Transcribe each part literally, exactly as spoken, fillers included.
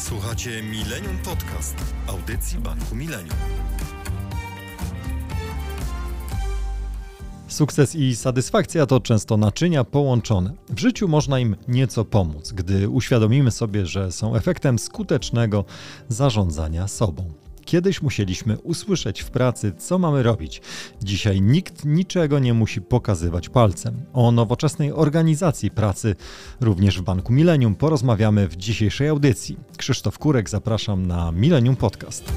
Słuchacie Millennium Podcast, audycji Banku Millennium. Sukces i satysfakcja to często naczynia połączone. W życiu można im nieco pomóc, gdy uświadomimy sobie, że są efektem skutecznego zarządzania sobą. Kiedyś musieliśmy usłyszeć w pracy, co mamy robić. Dzisiaj nikt niczego nie musi pokazywać palcem. O nowoczesnej organizacji pracy, również w Banku Millennium, porozmawiamy w dzisiejszej audycji. Krzysztof Kurek, zapraszam na Millennium Podcast.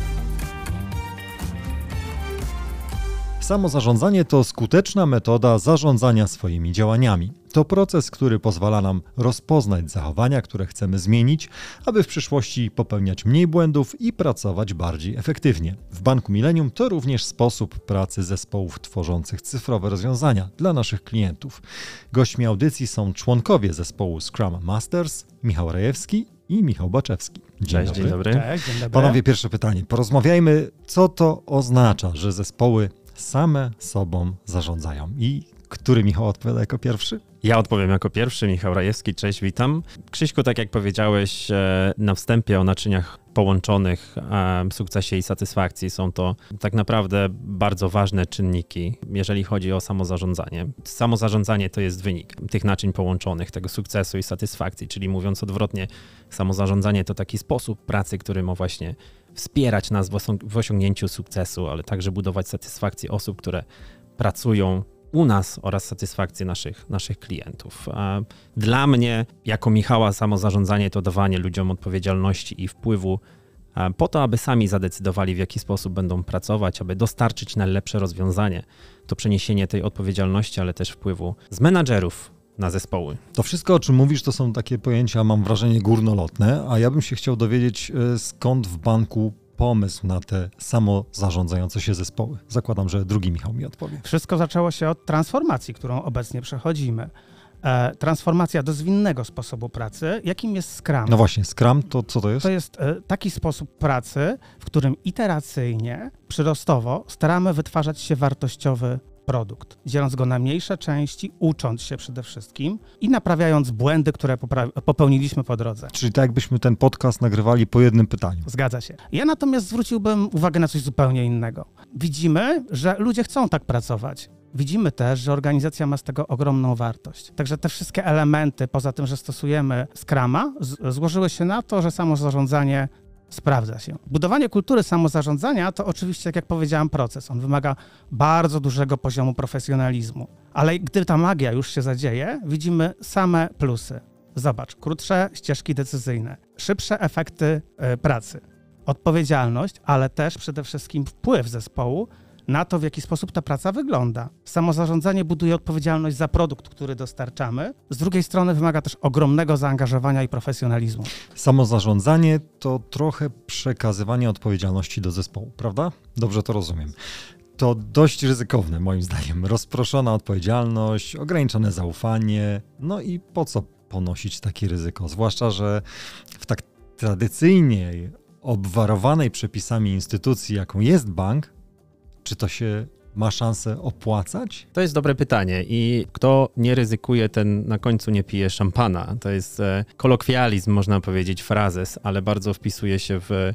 Samozarządzanie to skuteczna metoda zarządzania swoimi działaniami. To proces, który pozwala nam rozpoznać zachowania, które chcemy zmienić, aby w przyszłości popełniać mniej błędów i pracować bardziej efektywnie. W Banku Millennium to również sposób pracy zespołów tworzących cyfrowe rozwiązania dla naszych klientów. Gośćmi audycji są członkowie zespołu Scrum Masters, Michał Rajewski i Michał Baczewski. Dzień Cześć, dobry. Dzień dobry. Cześć, dzień dobry. Panowie, pierwsze pytanie. Porozmawiajmy, co to oznacza, że zespoły same sobą zarządzają. I który Michał odpowiada jako pierwszy? Ja odpowiem jako pierwszy, Michał Rajewski, cześć, witam. Krzyśku, tak jak powiedziałeś na wstępie o naczyniach połączonych, sukcesie i satysfakcji, są to tak naprawdę bardzo ważne czynniki, jeżeli chodzi o samozarządzanie. Samozarządzanie to jest wynik tych naczyń połączonych, tego sukcesu i satysfakcji, czyli mówiąc odwrotnie, samozarządzanie to taki sposób pracy, który ma właśnie wspierać nas w osiągnięciu sukcesu, ale także budować satysfakcję osób, które pracują u nas oraz satysfakcję naszych, naszych klientów. Dla mnie, jako Michała, samozarządzanie to dawanie ludziom odpowiedzialności i wpływu po to, aby sami zadecydowali, w jaki sposób będą pracować, aby dostarczyć najlepsze rozwiązanie. To przeniesienie tej odpowiedzialności, ale też wpływu z menadżerów na zespoły. To wszystko, o czym mówisz, to są takie pojęcia, mam wrażenie, górnolotne, a ja bym się chciał dowiedzieć, skąd w banku pomysł na te samozarządzające się zespoły. Zakładam, że drugi Michał mi odpowie. Wszystko zaczęło się od transformacji, którą obecnie przechodzimy. E, transformacja do zwinnego sposobu pracy, jakim jest Scrum. No właśnie, Scrum to co to jest? To jest e, taki sposób pracy, w którym iteracyjnie, przyrostowo staramy wytwarzać się wartościowy produkt, dzieląc go na mniejsze części, ucząc się przede wszystkim i naprawiając błędy, które popełniliśmy po drodze. Czyli tak jakbyśmy ten podcast nagrywali po jednym pytaniu. Zgadza się. Ja natomiast zwróciłbym uwagę na coś zupełnie innego. Widzimy, że ludzie chcą tak pracować. Widzimy też, że organizacja ma z tego ogromną wartość. Także te wszystkie elementy, poza tym, że stosujemy Scruma, z- złożyły się na to, że samo zarządzanie sprawdza się. Budowanie kultury samozarządzania to oczywiście, jak, jak powiedziałem, proces. On wymaga bardzo dużego poziomu profesjonalizmu. Ale gdy ta magia już się zadzieje, widzimy same plusy. Zobacz, krótsze ścieżki decyzyjne, szybsze efekty y, pracy, odpowiedzialność, ale też przede wszystkim wpływ zespołu na to, w jaki sposób ta praca wygląda. Samozarządzanie buduje odpowiedzialność za produkt, który dostarczamy. Z drugiej strony wymaga też ogromnego zaangażowania i profesjonalizmu. Samozarządzanie to trochę przekazywanie odpowiedzialności do zespołu, prawda? Dobrze to rozumiem. To dość ryzykowne, moim zdaniem. Rozproszona odpowiedzialność, ograniczone zaufanie. No i po co ponosić takie ryzyko? Zwłaszcza, że w tak tradycyjnie obwarowanej przepisami instytucji, jaką jest bank, czy to się ma szansę opłacać? To jest dobre pytanie i kto nie ryzykuje, ten na końcu nie pije szampana. To jest e, kolokwializm, można powiedzieć, frazes, ale bardzo wpisuje się w, e,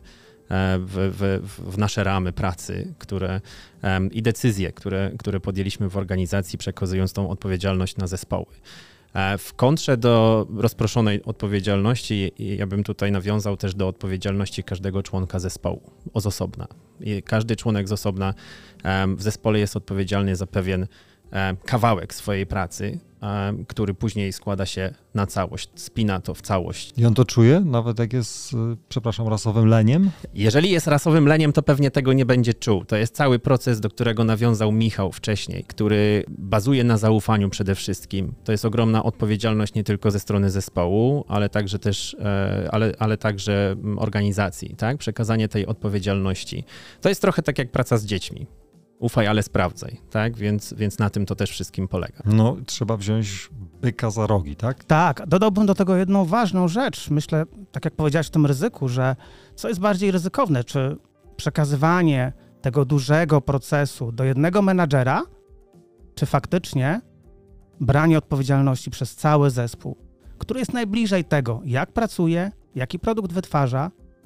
w, w, w nasze ramy pracy, które e, i decyzje, które, które podjęliśmy w organizacji, przekazując tą odpowiedzialność na zespoły. W kontrze do rozproszonej odpowiedzialności, ja bym tutaj nawiązał też do odpowiedzialności każdego członka zespołu z osobna. I każdy członek z osobna w zespole jest odpowiedzialny za pewien kawałek swojej pracy, który później składa się na całość, spina to w całość. I on to czuje, nawet jak jest, przepraszam, rasowym leniem? Jeżeli jest rasowym leniem, to pewnie tego nie będzie czuł. To jest cały proces, do którego nawiązał Michał wcześniej, który bazuje na zaufaniu przede wszystkim. To jest ogromna odpowiedzialność nie tylko ze strony zespołu, ale także też, ale, ale także organizacji, tak? Przekazanie tej odpowiedzialności. To jest trochę tak jak praca z dziećmi. Ufaj, ale sprawdzaj, tak? Więc, więc na tym to też wszystkim polega. No, trzeba wziąć byka za rogi, tak? Tak, dodałbym do tego jedną ważną rzecz. Myślę, tak jak powiedziałeś o tym ryzyku, że co jest bardziej ryzykowne, czy przekazywanie tego dużego procesu do jednego menadżera, czy faktycznie branie odpowiedzialności przez cały zespół, który jest najbliżej tego, jak pracuje, jaki produkt wytwarza,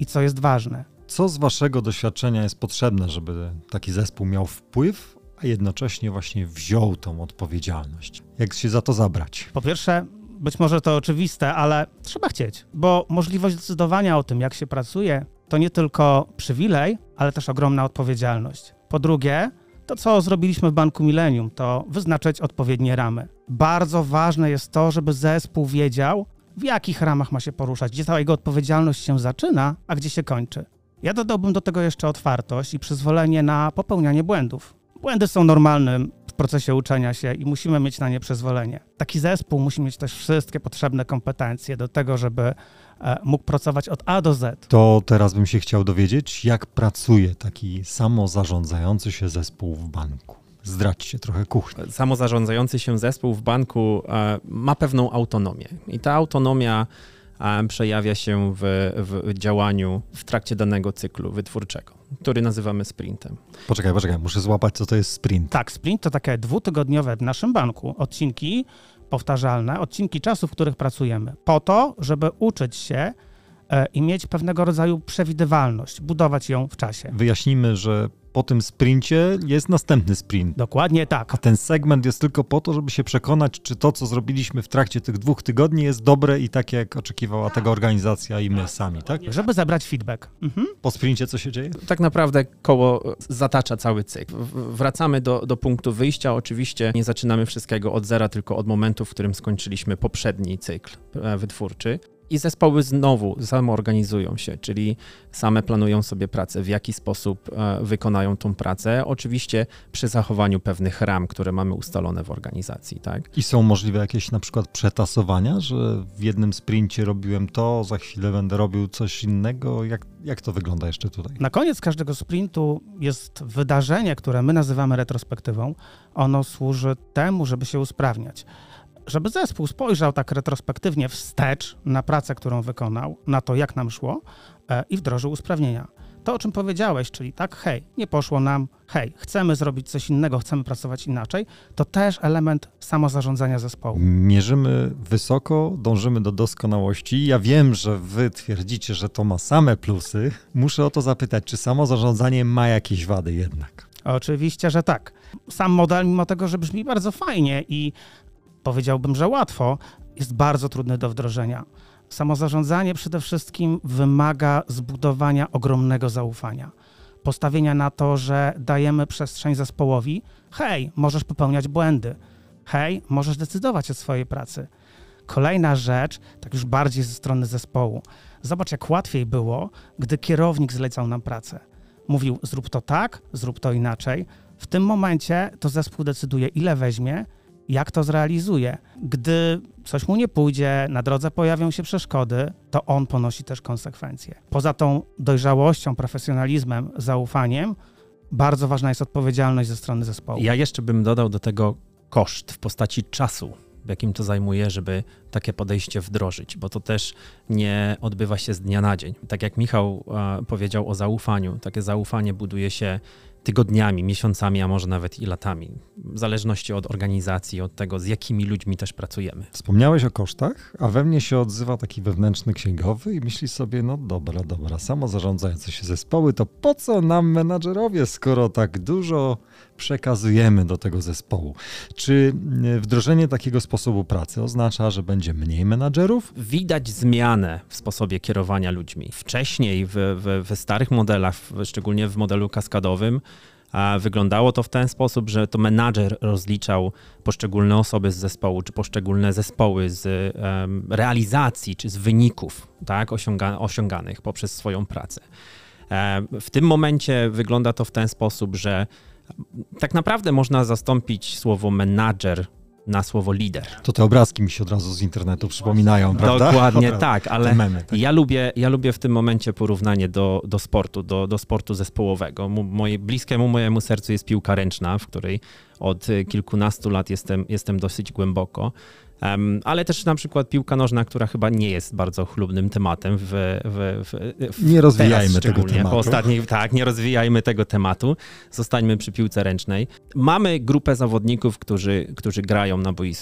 i co jest ważne. Co z waszego doświadczenia jest potrzebne, żeby taki zespół miał wpływ, a jednocześnie właśnie wziął tą odpowiedzialność? Jak się za to zabrać? Po pierwsze, być może to oczywiste, ale trzeba chcieć, bo możliwość decydowania o tym, jak się pracuje, to nie tylko przywilej, ale też ogromna odpowiedzialność. Po drugie, to co zrobiliśmy w Banku Millennium, to wyznaczyć odpowiednie ramy. Bardzo ważne jest to, żeby zespół wiedział, w jakich ramach ma się poruszać, gdzie ta jego odpowiedzialność się zaczyna, a gdzie się kończy. Ja dodałbym do tego jeszcze otwartość i przyzwolenie na popełnianie błędów. Błędy są normalnym w procesie uczenia się i musimy mieć na nie przyzwolenie. Taki zespół musi mieć też wszystkie potrzebne kompetencje do tego, żeby mógł pracować od A do Z. To teraz bym się chciał dowiedzieć, jak pracuje taki samozarządzający się zespół w banku. Zdradźcie trochę kuchnię. Samozarządzający się zespół w banku e, ma pewną autonomię i ta autonomia e, przejawia się w, w działaniu w trakcie danego cyklu wytwórczego, który nazywamy sprintem. Poczekaj, poczekaj, muszę złapać, co to jest sprint. Tak, sprint to takie dwutygodniowe w naszym banku odcinki powtarzalne, odcinki czasu, w których pracujemy, po to, żeby uczyć się e, i mieć pewnego rodzaju przewidywalność, budować ją w czasie. Wyjaśnijmy, że po tym sprincie jest następny sprint. Dokładnie tak. A ten segment jest tylko po to, żeby się przekonać, czy to, co zrobiliśmy w trakcie tych dwóch tygodni jest dobre i tak, jak oczekiwała tego organizacja i my sami, tak? Żeby zebrać feedback. Mhm. Po sprincie co się dzieje? Tak naprawdę koło zatacza cały cykl. Wracamy do, do punktu wyjścia. Oczywiście nie zaczynamy wszystkiego od zera, tylko od momentu, w którym skończyliśmy poprzedni cykl wytwórczy. I zespoły znowu samoorganizują się, czyli same planują sobie pracę, w jaki sposób e, wykonają tą pracę, oczywiście przy zachowaniu pewnych ram, które mamy ustalone w organizacji, tak? I są możliwe jakieś na przykład przetasowania, że w jednym sprincie robiłem to, za chwilę będę robił coś innego? Jak, jak to wygląda jeszcze tutaj? Na koniec każdego sprintu jest wydarzenie, które my nazywamy retrospektywą. Ono służy temu, żeby się usprawniać. Żeby zespół spojrzał tak retrospektywnie wstecz na pracę, którą wykonał, na to, jak nam szło e, i wdrożył usprawnienia. To, o czym powiedziałeś, czyli tak, hej, nie poszło nam, hej, chcemy zrobić coś innego, chcemy pracować inaczej, to też element samozarządzania zespołu. Mierzymy wysoko, dążymy do doskonałości. Ja wiem, że wy twierdzicie, że to ma same plusy. Muszę o to zapytać, czy samozarządzanie ma jakieś wady jednak? Oczywiście, że tak. Sam model, mimo tego, że brzmi bardzo fajnie i powiedziałbym, że łatwo, jest bardzo trudny do wdrożenia. Samozarządzanie przede wszystkim wymaga zbudowania ogromnego zaufania. Postawienia na to, że dajemy przestrzeń zespołowi. Hej, możesz popełniać błędy. Hej, możesz decydować o swojej pracy. Kolejna rzecz, tak już bardziej ze strony zespołu. Zobacz, jak łatwiej było, gdy kierownik zlecał nam pracę. Mówił, zrób to tak, zrób to inaczej. W tym momencie to zespół decyduje, ile weźmie, jak to zrealizuje. Gdy coś mu nie pójdzie, na drodze pojawią się przeszkody, to on ponosi też konsekwencje. Poza tą dojrzałością, profesjonalizmem, zaufaniem, bardzo ważna jest odpowiedzialność ze strony zespołu. Ja jeszcze bym dodał do tego koszt w postaci czasu, w jakim to zajmuje, żeby takie podejście wdrożyć, bo to też nie odbywa się z dnia na dzień. Tak jak Michał e, powiedział o zaufaniu, takie zaufanie buduje się tygodniami, miesiącami, a może nawet i latami, w zależności od organizacji, od tego, z jakimi ludźmi też pracujemy. Wspomniałeś o kosztach, a we mnie się odzywa taki wewnętrzny księgowy i myśli sobie, no dobra, dobra, samozarządzające się zespoły, to po co nam menadżerowie, skoro tak dużo przekazujemy do tego zespołu? Czy wdrożenie takiego sposobu pracy oznacza, że będzie mniej menadżerów? Widać zmianę w sposobie kierowania ludźmi. Wcześniej w, w, w starych modelach, szczególnie w modelu kaskadowym, a wyglądało to w ten sposób, że to menadżer rozliczał poszczególne osoby z zespołu, czy poszczególne zespoły z um, realizacji, czy z wyników, tak, osiąga, osiąganych poprzez swoją pracę. E, w tym momencie wygląda to w ten sposób, że tak naprawdę można zastąpić słowo menadżer na słowo lider. To te obrazki mi się od razu z internetu przypominają, prawda? Dokładnie Dobra, tak, ale memy, tak. Ja, lubię, ja lubię w tym momencie porównanie do, do sportu, do, do sportu zespołowego. Moje, bliskiemu mojemu sercu jest piłka ręczna, w której od kilkunastu lat jestem, jestem dosyć głęboko. Um, ale też na przykład piłka nożna, która chyba nie jest bardzo chlubnym tematem w, w, w, w nie rozwijajmy tego tematu. Po ostatnich, tak, nie rozwijajmy tego tematu. Zostańmy przy piłce ręcznej. Mamy grupę zawodników, którzy, którzy grają na boisku.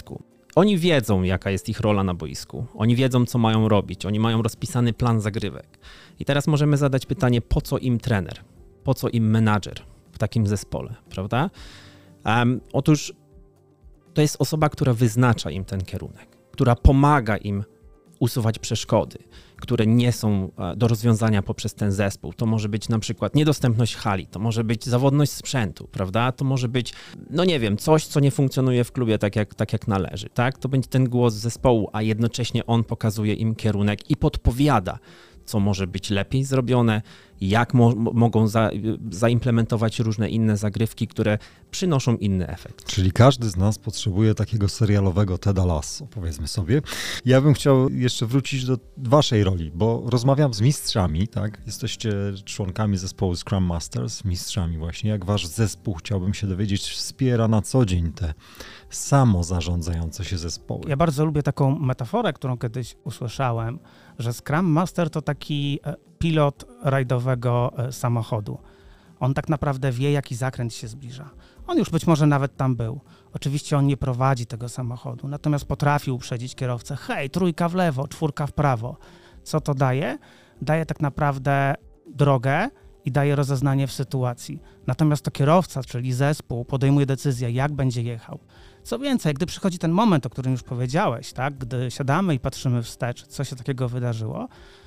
Oni wiedzą, jaka jest ich rola na boisku. Oni wiedzą, co mają robić. Oni mają rozpisany plan zagrywek. I teraz możemy zadać pytanie, po co im trener? Po co im menadżer w takim zespole, prawda? Um, otóż to jest osoba, która wyznacza im ten kierunek, która pomaga im usuwać przeszkody, które nie są do rozwiązania poprzez ten zespół. To może być na przykład niedostępność hali, to może być zawodność sprzętu, prawda? To może być, no nie wiem, coś, co nie funkcjonuje w klubie tak jak, tak jak należy, tak? To będzie ten głos zespołu, a jednocześnie on pokazuje im kierunek i podpowiada, co może być lepiej zrobione, jak mo- mogą za- zaimplementować różne inne zagrywki, które przynoszą inny efekt. Czyli każdy z nas potrzebuje takiego serialowego Teda Lasso, powiedzmy sobie. Ja bym chciał jeszcze wrócić do waszej roli, bo rozmawiam z mistrzami, tak? Jesteście członkami zespołu Scrum Masters, mistrzami właśnie. Jak wasz zespół, chciałbym się dowiedzieć, wspiera na co dzień te samozarządzające się zespoły? Ja bardzo lubię taką metaforę, którą kiedyś usłyszałem, że Scrum Master to taki pilot rajdowego samochodu. On tak naprawdę wie, jaki zakręt się zbliża. On już być może nawet tam był. Oczywiście on nie prowadzi tego samochodu, natomiast potrafi uprzedzić kierowcę. Hej, trójka w lewo, czwórka w prawo. Co to daje? Daje tak naprawdę drogę i daje rozeznanie w sytuacji. Natomiast to kierowca, czyli zespół, podejmuje decyzję, jak będzie jechał. Co więcej, gdy przychodzi ten moment, o którym już powiedziałeś, tak, gdy siadamy i patrzymy wstecz, co się takiego wydarzyło,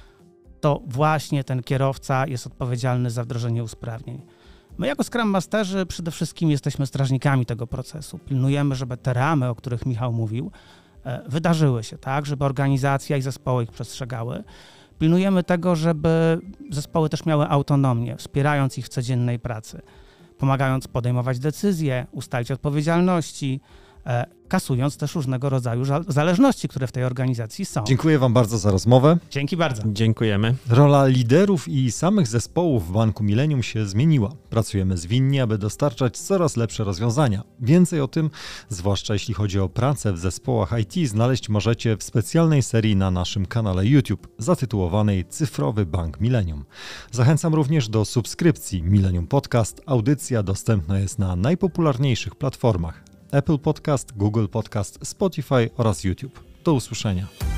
to właśnie ten kierowca jest odpowiedzialny za wdrożenie usprawnień. My jako Scrum Masterzy przede wszystkim jesteśmy strażnikami tego procesu. Pilnujemy, żeby te ramy, o których Michał mówił, wydarzyły się, tak, żeby organizacja i zespoły ich przestrzegały. Pilnujemy tego, żeby zespoły też miały autonomię, wspierając ich w codziennej pracy, pomagając podejmować decyzje, ustalić odpowiedzialności, e, kasując też różnego rodzaju zależności, które w tej organizacji są. Dziękuję wam bardzo za rozmowę. Dzięki bardzo. Dziękujemy. Rola liderów i samych zespołów w Banku Millennium się zmieniła. Pracujemy zwinnie, aby dostarczać coraz lepsze rozwiązania. Więcej o tym, zwłaszcza jeśli chodzi o pracę w zespołach I T, znaleźć możecie w specjalnej serii na naszym kanale YouTube zatytułowanej Cyfrowy Bank Millennium. Zachęcam również do subskrypcji Millennium Podcast. Audycja dostępna jest na najpopularniejszych platformach: Apple Podcast, Google Podcast, Spotify oraz YouTube. Do usłyszenia.